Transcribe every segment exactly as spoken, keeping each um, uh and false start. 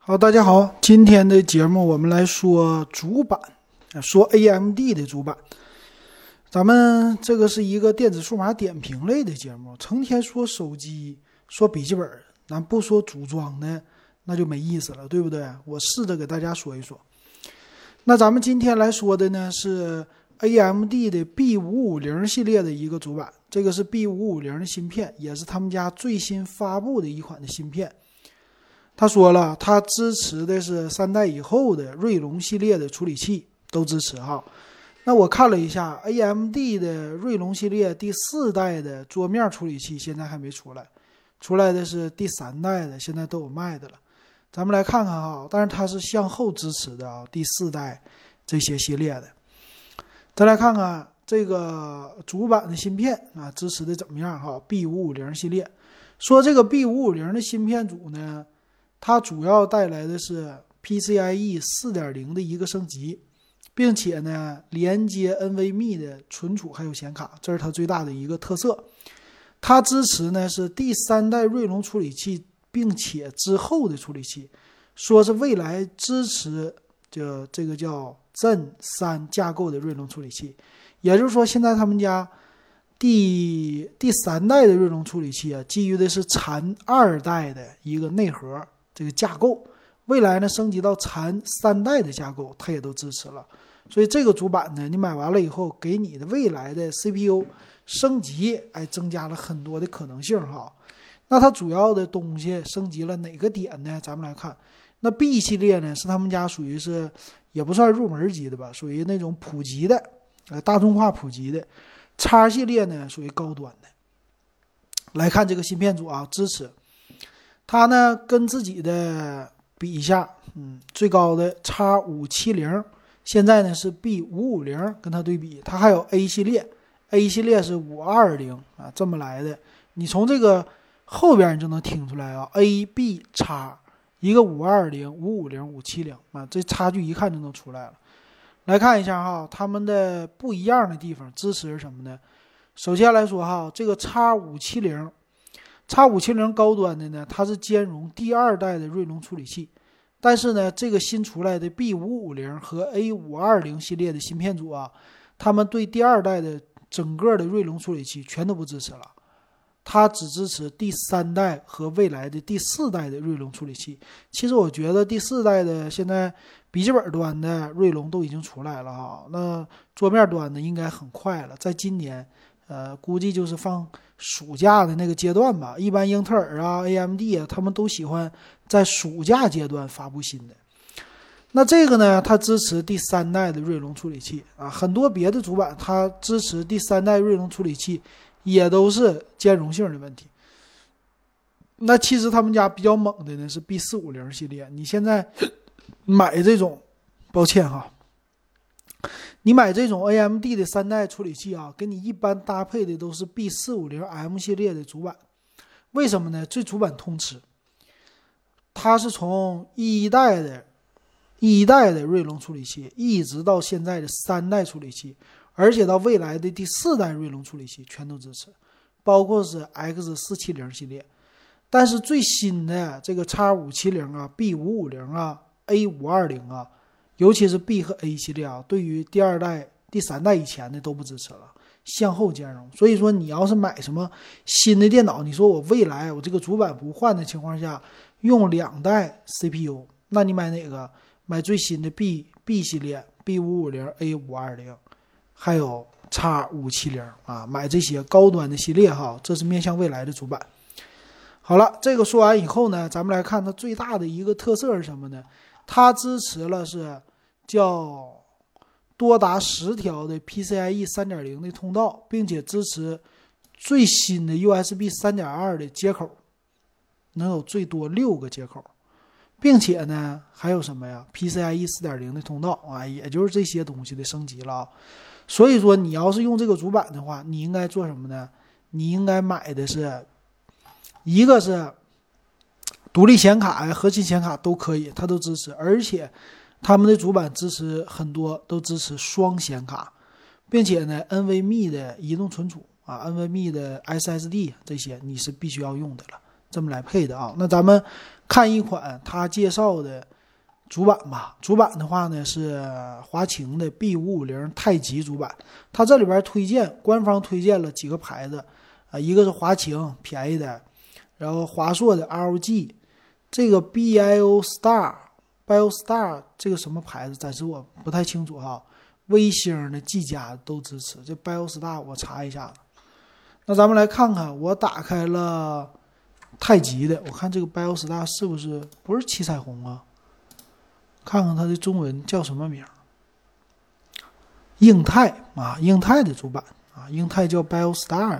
好，大家好，今天的节目我们来说主板，说 A M D 的主板。咱们这个是一个电子数码点评类的节目，成天说手机，说笔记本，咱不说组装的，那就没意思了，对不对？我试着给大家说一说。那咱们今天来说的呢是 A M D 的 B 五五零 系列的一个主板，这个是 B 五五零 的芯片，也是他们家最新发布的一款的芯片。他说了，他支持的是三代以后的锐龙系列的处理器都支持哈。那我看了一下 A M D 的锐龙系列第四代的桌面处理器现在还没出来，出来的是第三代的，现在都有卖的了。咱们来看看哈，但是它是向后支持的啊，第四代这些系列的。再来看看这个主板的芯片啊，支持的怎么样哈 ？B 五五零 系列，说这个 B 五五零 的芯片组呢，它主要带来的是 P C I E 四点零 的一个升级，并且呢连接 NVMe 的存储还有显卡，这是它最大的一个特色。它支持呢是第三代锐龙处理器，并且之后的处理器，说是未来支持就这个叫 Zen 三架构的锐龙处理器，也就是说现在他们家第第三代的锐龙处理器啊，基于的是残二代的一个内核这个架构，未来呢升级到残三代的架构，它也都支持了。所以这个主板呢，你买完了以后，给你的未来的 C P U 升级，哎，增加了很多的可能性哈。那它主要的东西升级了哪个点呢？咱们来看，那 B 系列呢是他们家属于是也不算入门级的吧，属于那种普及的，呃，大众化普及的。X 系列呢属于高端的。来看这个芯片组啊，支持。它呢跟自己的比一下，嗯，最高的 X 五七零，现在呢是 B 五五零，跟它对比，它还有 A 系列 ，A 系列是五二零啊，这么来的。你从这个后边你就能听出来啊 ，A B X 一个五二零、五五零、五七零啊，这差距一看就能出来了。来看一下哈，他们的不一样的地方，支持什么呢？首先来说哈，这个 X 五七零。X 五七零 高端的呢，它是兼容第二代的锐龙处理器，但是呢，这个新出来的 B 五五零 和 A 五二零 系列的芯片组啊，他们对第二代的整个的锐龙处理器全都不支持了，它只支持第三代和未来的第四代的锐龙处理器。其实我觉得第四代的现在笔记本端的锐龙都已经出来了哈，那桌面端的应该很快了，在今年。呃，估计就是放暑假的那个阶段吧。一般英特尔啊、A M D 啊，他们都喜欢在暑假阶段发布新的。那这个呢，它支持第三代的锐龙处理器啊，很多别的主板它支持第三代锐龙处理器，也都是兼容性的问题。那其实他们家比较猛的呢是 B 四五零 系列，你现在买这种，抱歉哈。你买这种 A M D 的三代处理器啊，跟你一般搭配的都是 B 四五零 M 系列的主板。为什么呢？这主板通吃，它是从一代的一代的锐龙处理器一直到现在的三代处理器，而且到未来的第四代锐龙处理器全都支持，包括是 X 四七零 系列。但是最新的这个 X 五七零 啊、B 五五零 啊、A 五二零 啊，尤其是 B 和 A 系列啊，对于第二代、第三代以前的都不支持了，向后兼容。所以说，你要是买什么新的电脑，你说我未来我这个主板不换的情况下，用两代 C P U， 那你买哪个？买最新的 B B 系列 B 五五零、A 五二零，还有 X 五七零啊，买这些高端的系列哈，这是面向未来的主板。好了，这个说完以后呢，咱们来看它最大的一个特色是什么呢？它支持了是叫多达十条的 P C I E 三点零 的通道，并且支持最新的 U S B 三点二 的接口，能有最多六个接口，并且呢还有什么呀 P C I E 四点零 的通道啊，也就是这些东西的升级了。所以说你要是用这个主板的话，你应该做什么呢？你应该买的是一个是独立显卡呀、核心显卡都可以，它都支持，而且他们的主板支持很多都支持双显卡，并且呢 NVMe 的移动存储啊 ，NVMe 的 S S D 这些你是必须要用的了，这么来配的啊。那咱们看一款他介绍的主板吧。主板的话呢是华擎的 B 五五零 太极主板，它这里边推荐官方推荐了几个牌子啊，一个是华擎便宜的，然后华硕的 L G， 这个 BioStar BioStar 这个什么牌子暂时我不太清楚哈，微星的技嘉都支持，这 BioStar 我查一下子。那咱们来看看，我打开了太极的，我看这个 BioStar 是不是不是七彩虹啊？看看它的中文叫什么名？英泰啊，英泰的主板啊，英泰叫 BioStar。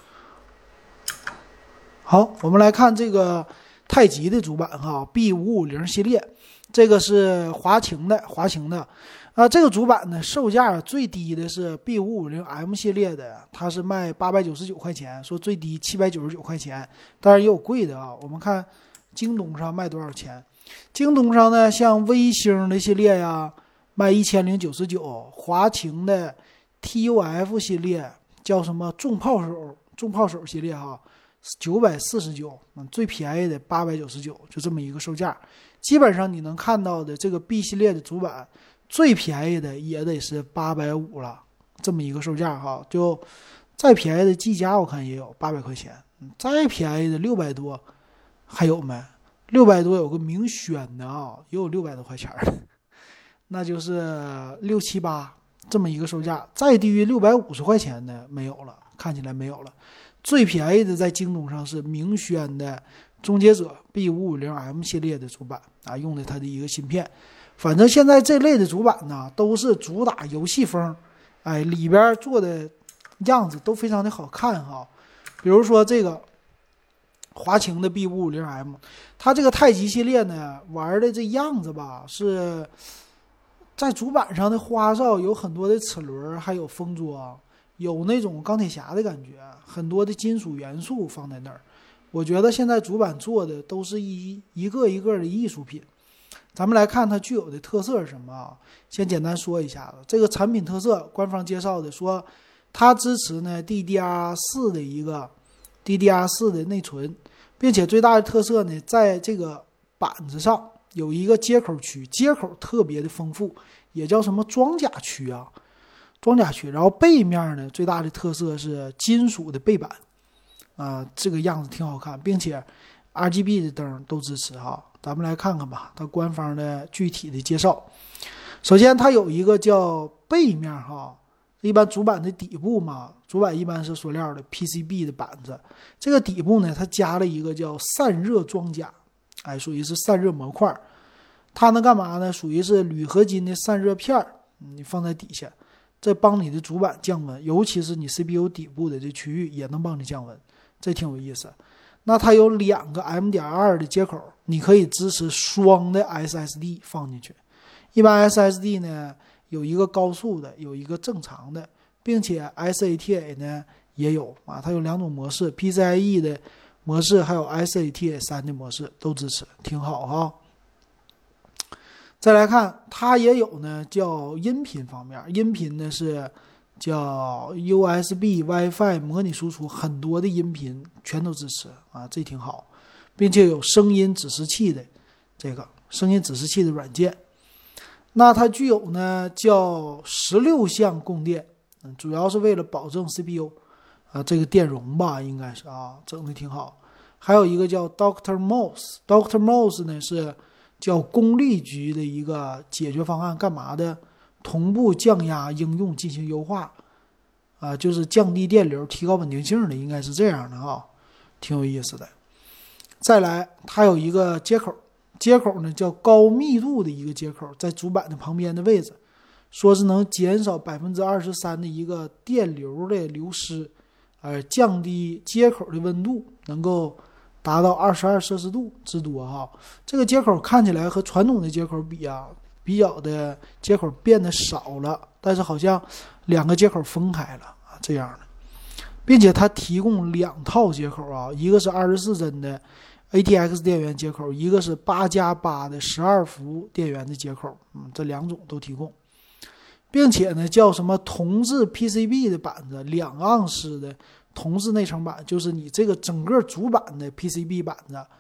好，我们来看这个太极的主板哈 ，B 五五零 系列，这个是华擎的，华擎的。啊，这个主板呢，售价最低的是 B 五五零 M 系列的，它是卖八百九十九块钱，说最低七百九十九块钱，当然也有贵的啊。我们看京东上卖多少钱？京东上呢，像微星的系列呀，卖一千零九十九，华擎的 T U F 系列叫什么重炮手，重炮手系列哈，九百四十九，最便宜的八百九十九，就这么一个售价。基本上你能看到的这个 B 系列的主板。最便宜的也得是八百五十了，这么一个售价哈，就再便宜的技嘉我看也有八百块钱，再便宜的六百多还有没？六百多有个明轩的啊，也有六百多块钱的，那就是六七八这么一个售价，再低于六百五十块钱的没有了，看起来没有了。最便宜的在京东上是明轩的终结者 B 五五零 M 系列的主板啊，用的它的一个芯片。反正现在这类的主板呢，都是主打游戏风，哎，里边做的样子都非常的好看哈。比如说这个华擎的 B 五五零 M， 它这个太极系列呢，玩的这样子吧，是在主板上的花哨有很多的齿轮，还有风桌，有那种钢铁侠的感觉，很多的金属元素放在那儿。我觉得现在主板做的都是一一个一个的艺术品。咱们来看它具有的特色是什么啊？先简单说一下子，这个产品特色，官方介绍的说，它支持呢 D D R 四 的一个 D D R 四 的内存，并且最大的特色呢，在这个板子上有一个接口区，接口特别的丰富，也叫什么装甲区啊，装甲区。然后背面呢，最大的特色是金属的背板，啊、呃，这个样子挺好看，并且 R G B 的灯都支持哈。咱们来看看吧，它官方的具体的介绍。首先，它有一个叫背面哈，一般主板的底部嘛，主板一般是塑料的 P C B 的板子，这个底部呢，它加了一个叫散热装甲，哎，属于是散热模块。它能干嘛呢？属于是铝合金的散热片，你放在底下，这帮你的主板降温，尤其是你 C P U 底部的这区域也能帮你降温，这挺有意思。那它有两个 M 点二 的接口，你可以支持双的 S S D 放进去。一般 S S D 呢有一个高速的，有一个正常的，并且 S A T A 呢也有啊，它有两种模式 ，P C I E 的模式还有 S A T A 三 的模式都支持，挺好哈。再来看，它也有呢叫音频方面，音频呢是叫 U S B、WiFi 模拟输出，很多的音频全都支持啊，这挺好，并且有声音指示器的这个声音指示器的软件。那它具有呢叫十六项供电，嗯，主要是为了保证 C P U 啊这个电容吧，应该是啊，整的挺好。还有一个叫 Doctor Mouse，Doctor Mouse 呢是叫功率局的一个解决方案，干嘛的？同步降压应用进行优化，啊，就是降低电流、提高稳定性的，应该是这样的啊，挺有意思的。再来，它有一个接口，接口呢叫高密度的一个接口，在主板的旁边的位置，说是能减少百分之二十三的一个电流的流失，呃，降低接口的温度，能够达到二十二摄氏度之多哈。这个接口看起来和传统的接口比啊，比较的接口变得少了，但是好像两个接口分开了啊，这样的，并且它提供两套接口啊，一个是二十四帧的 A T X 电源接口，一个是八加八的十二伏电源的接口，嗯，这两种都提供，并且呢叫什么铜制 P C B 的板子，两盎司的铜制内层板，就是你这个整个主板的 P C B 板子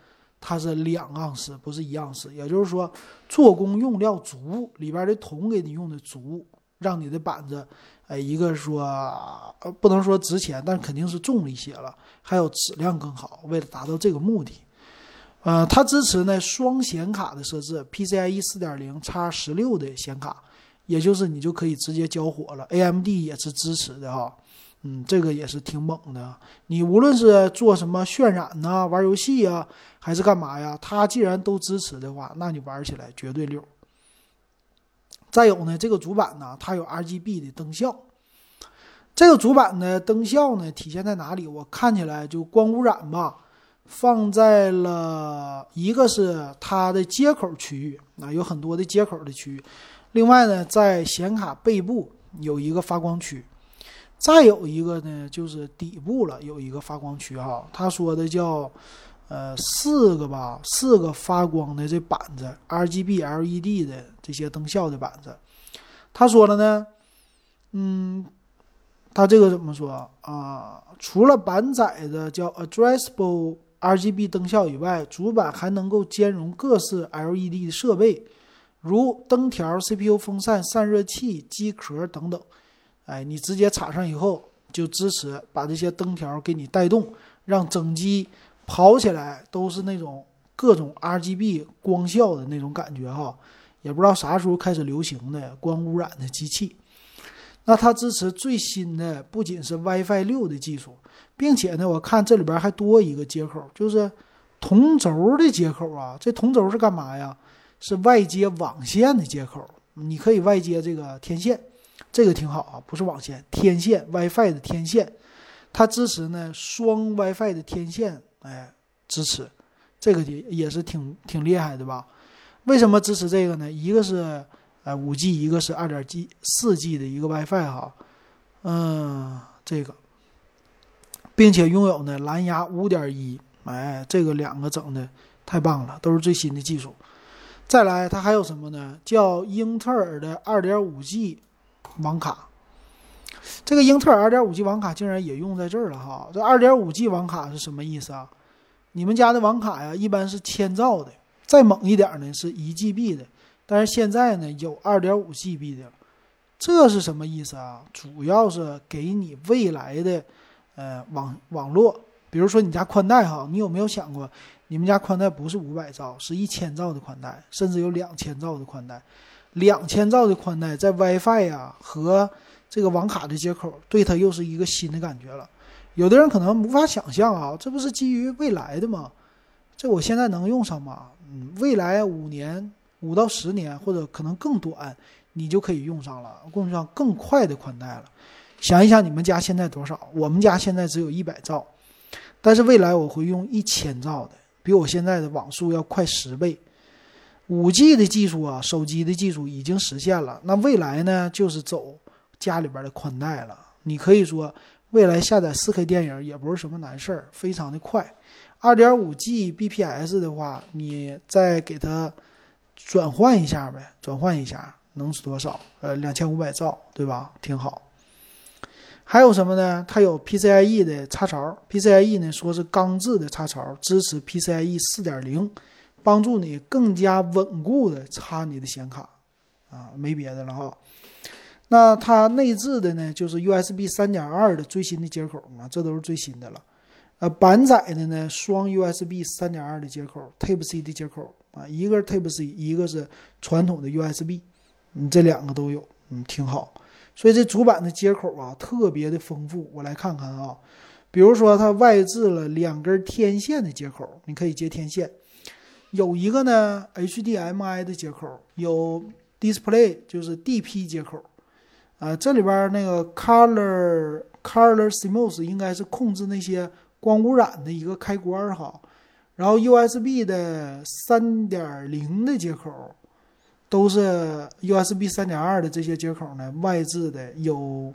它是两盎司，不是一盎司。也就是说，做工用料足，里边的铜给你用的足，让你的板子，哎，一个说呃不能说值钱，但肯定是重了一些了，还有质量更好。为了达到这个目的，呃，它支持呢双显卡的设置 ，PCIe 四点零 x 十六的显卡，也就是你就可以直接交火了。A M D 也是支持的哈。嗯，这个也是挺猛的。你无论是做什么渲染呐、啊、玩游戏啊，还是干嘛呀，它既然都支持的话，那你玩起来绝对溜。再有呢，这个主板呢，它有 R G B 的灯效。这个主板的灯效呢，体现在哪里？我看起来就光污染吧，放在了一个是它的接口区域啊，有很多的接口的区域。另外呢，在显卡背部有一个发光区。再有一个呢，就是底部了有一个发光区哈，他说的叫呃四个吧，四个发光的这板子 ，R G B L E D 的这些灯效的板子。他说了呢，嗯，他这个怎么说啊、呃？除了板载的叫 addressable R G B 灯效以外，主板还能够兼容各式 L E D 的设备，如灯条、C P U 风扇、散热器、机壳等等。哎，你直接插上以后就支持把这些灯条给你带动，让整机跑起来都是那种各种 R G B 光效的那种感觉哈。也不知道啥时候开始流行的光污染的机器。那它支持最新的不仅是 WiFi 六的技术，并且呢，我看这里边还多一个接口，就是同轴的接口啊。这同轴是干嘛呀？是外接网线的接口，你可以外接这个天线。这个挺好啊，不是网线，天线 WiFi 的天线，它支持呢双 WiFi 的天线，哎，支持，这个也也是挺挺厉害的吧？为什么支持这个呢？一个是呃 五 G， 一个是 二点四 G 的一个 WiFi 哈，嗯，这个，并且拥有呢蓝牙 五点一， 哎，这个两个整的太棒了，都是最新的技术。再来，它还有什么呢？叫英特尔的 二点五 G。网卡，这个英特尔 二点五 G 网卡竟然也用在这儿了哈！这 二点五 G 网卡是什么意思啊？你们家的网卡呀，一般是千兆的，再猛一点呢是一 G B 的，但是现在呢有 二点五 G B 的，这是什么意思啊？主要是给你未来的呃网网络，比如说你家宽带哈，你有没有想过，你们家宽带不是五百兆，是一千兆的宽带，甚至有两千兆的宽带。两千兆的宽带在 WiFi 呀和这个网卡的接口，对它又是一个新的感觉了。有的人可能无法想象啊，这不是基于未来的吗？这我现在能用上吗？嗯，未来五年、五到十年或者可能更短，你就可以用上了，用上更快的宽带了。想一想你们家现在多少？我们家现在只有一百兆，但是未来我会用一千兆的，比我现在的网速要快十倍。五 G 的技术啊，手机的技术已经实现了，那未来呢就是走家里边的宽带了。你可以说未来下载 四 K 电影也不是什么难事儿，非常的快。 二点五 G B P S 的话，你再给它转换一下呗，转换一下能是多少？呃，两千五百兆，对吧？挺好。还有什么呢？它有 PCIe 的插槽， PCIe 呢说是钢制的插槽，支持 PCIe 四点零，帮助你更加稳固的插你的显卡啊，没别的了哈。那它内置的呢，就是 U S B 三点二 的最新的接口嘛，这都是最新的了。呃，板载的呢，双 U S B 三点二 的接口 ，Type C 的接口啊，一个是 Type C， 一个是传统的 U S B， 嗯，这两个都有，嗯，挺好。所以这主板的接口啊，特别的丰富。我来看看啊，比如说它外置了两根天线的接口，你可以接天线。有一个呢 H D M I 的接口，有 Display 就是 D P 接口，啊，这里边那个 Color Color Smooth 应该是控制那些光污染的一个开关哈。然后 U S B 的 三点零 的接口，都是 U S B 三点二 的这些接口呢，外置的有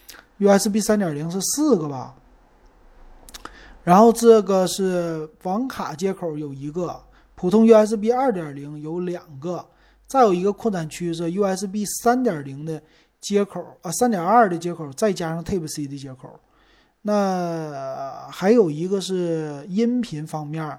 U S B 三点零 是四个吧。然后这个是网卡接口有一个，普通 U S B 二点零 有两个，再有一个扩展区是 U S B 三点零 的接口啊 ，三点二 的接口，再加上 Type C 的接口。那还有一个是音频方面，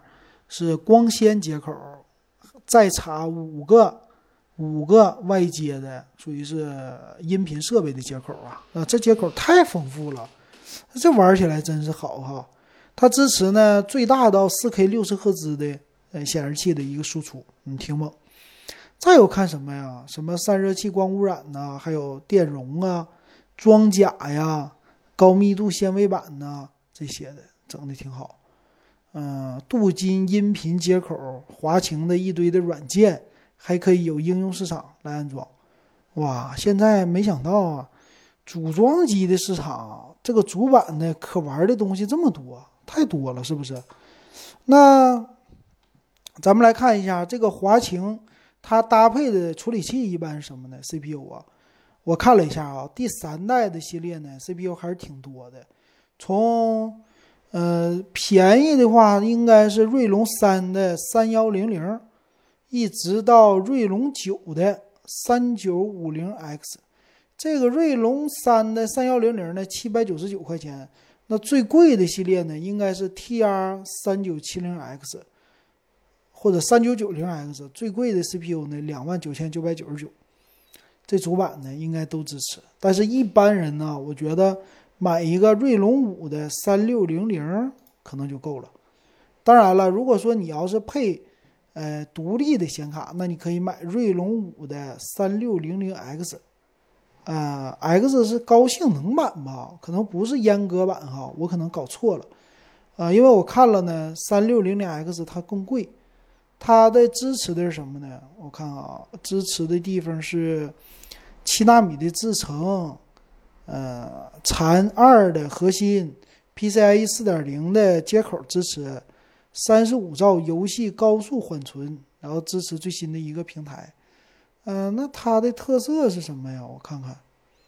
是光纤接口，再插五个五个外接的，属于是音频设备的接口啊。啊，这接口太丰富了，这玩起来真是好哈。它支持呢最大到 四 K 六十赫兹的呃显示器的一个输出，你挺猛。再有看什么呀？什么散热器光污染呐、啊，还有电容啊、装甲呀、高密度纤维板呐、啊，这些的整的挺好。嗯、呃，镀金音频接口，华擎的一堆的软件，还可以有应用市场来安装。哇，现在没想到啊，组装机的市场这个主板的可玩的东西这么多，太多了，是不是？那咱们来看一下这个华擎。它搭配的处理器一般是什么呢 ？C P U 啊，我看了一下啊，第三代的系列呢 ，C P U 还是挺多的。从呃便宜的话，应该是锐龙三的三一零零，一直到锐龙九的三九五零 X。这个锐龙三的三一零零呢，七百九十九块钱。那最贵的系列呢，应该是 T R 三九七零 X。或者三九九零 X 最贵的 C P U 呢，两万九千九百九十九，这主板呢应该都支持。但是一般人呢，我觉得买一个锐龙五的三六零零可能就够了。当然了，如果说你要是配呃独立的显卡，那你可以买锐龙五的三六零零 X， 呃 X 是高性能版吧，可能不是阉割版哈，我可能搞错了。呃，因为我看了呢，三六零零 X 它更贵。它的支持的是什么呢？我看啊，支持的地方是七纳米的制程，呃，残二的核心 ，P C I E 四点零 的接口支持，三十五兆游戏高速缓存，然后支持最新的一个平台。嗯、呃，那它的特色是什么呀？我看看，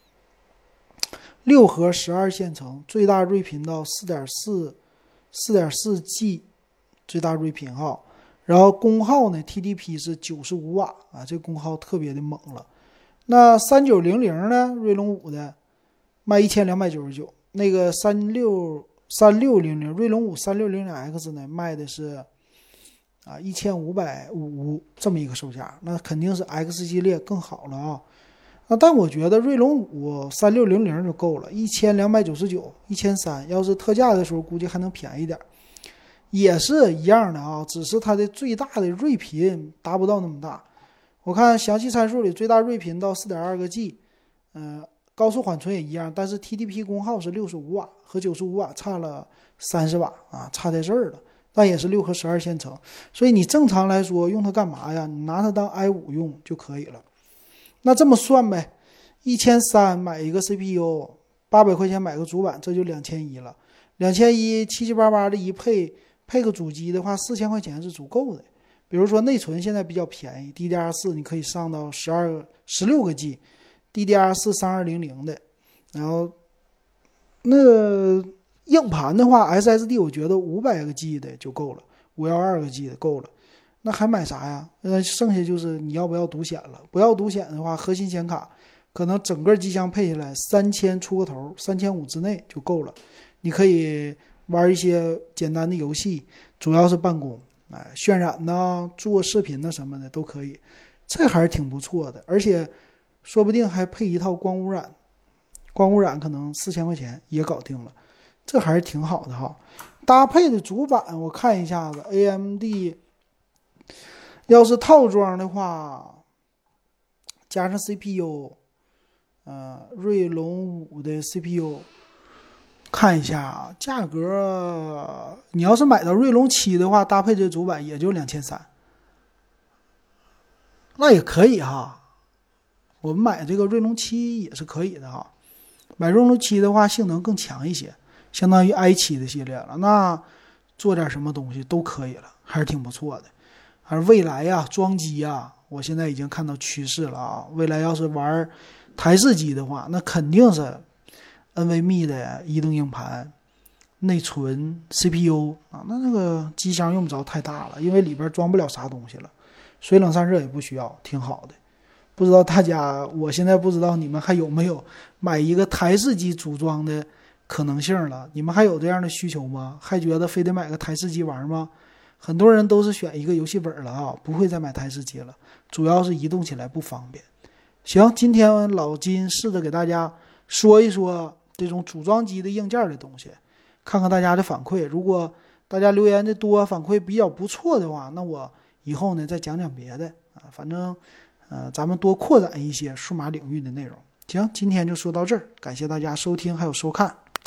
六核十二线程，最大睿频到四点四 四点四 G， 最大睿频哈。然后功耗呢 ，T D P 是九十五瓦啊，这功耗特别的猛了。那三九零零呢，锐龙五的卖一千两百九十九，那个三六三六零零锐龙五三六零零 X 呢卖的是啊一千五百五这么一个售价，那肯定是 X 系列更好了啊。啊，但我觉得锐龙五三六零零就够了，一千两百九十九，一千三，要是特价的时候估计还能便宜点。也是一样的啊，只是它的最大的睿频达不到那么大。我看详细参数里，最大睿频到 四点二 个 G， 呃，高速缓存也一样，但是 T D P 功耗是六十五瓦，和九十五瓦差了三十瓦啊，差在这儿了。但也是六核十二线程，所以你正常来说用它干嘛呀？你拿它当 i 五 用就可以了。那这么算呗，一千三买一个 C P U， 八百块钱买个主板，这就两千一了。两千一七七八八的一配。配个主机的话，四千块钱是足够的。比如说内存现在比较便宜 ，D D R 四 你可以上到十二、十六个 G，D D R 四 三二零零的。然后那硬盘的话 ，S S D 我觉得五百个 G 的就够了，五一二个 G 的够了。那还买啥呀？那剩下就是你要不要独显了？不要独显的话，核心显卡可能整个机箱配下来三千出个头，三千五之内就够了。你可以玩一些简单的游戏，主要是办公，哎，渲染呐、做视频呐什么的都可以，这还是挺不错的。而且说不定还配一套光污染，光污染可能四千块钱也搞定了，这还是挺好的哈。搭配的主板我看一下子 ，A M D 要是套装的话，加上 C P U， 呃，锐龙五的 C P U。看一下价格，你要是买到锐龙七的话，搭配这主板也就两千三，那也可以哈。我们买这个锐龙七也是可以的哈。买锐龙七的话，性能更强一些，相当于 i 七的系列了。那做点什么东西都可以了，还是挺不错的。而未来呀，装机呀，我现在已经看到趋势了啊。未来要是玩台式机的话，那肯定是。NVMe 的移动硬盘、内存、C P U 啊，那那个机箱用不着太大了，因为里边装不了啥东西了，水冷散热也不需要，挺好的。不知道大家，我现在不知道你们还有没有买一个台式机组装的可能性了？你们还有这样的需求吗？还觉得非得买个台式机玩吗？ 很多人都是选一个游戏本了啊，不会再买台式机了，主要是移动起来不方便。行，今天老金试着给大家说一说这种组装机的硬件的东西，看看大家的反馈。如果大家留言的多，反馈比较不错的话，那我以后呢再讲讲别的啊，反正呃咱们多扩展一些数码领域的内容。行，今天就说到这儿，感谢大家收听还有收看。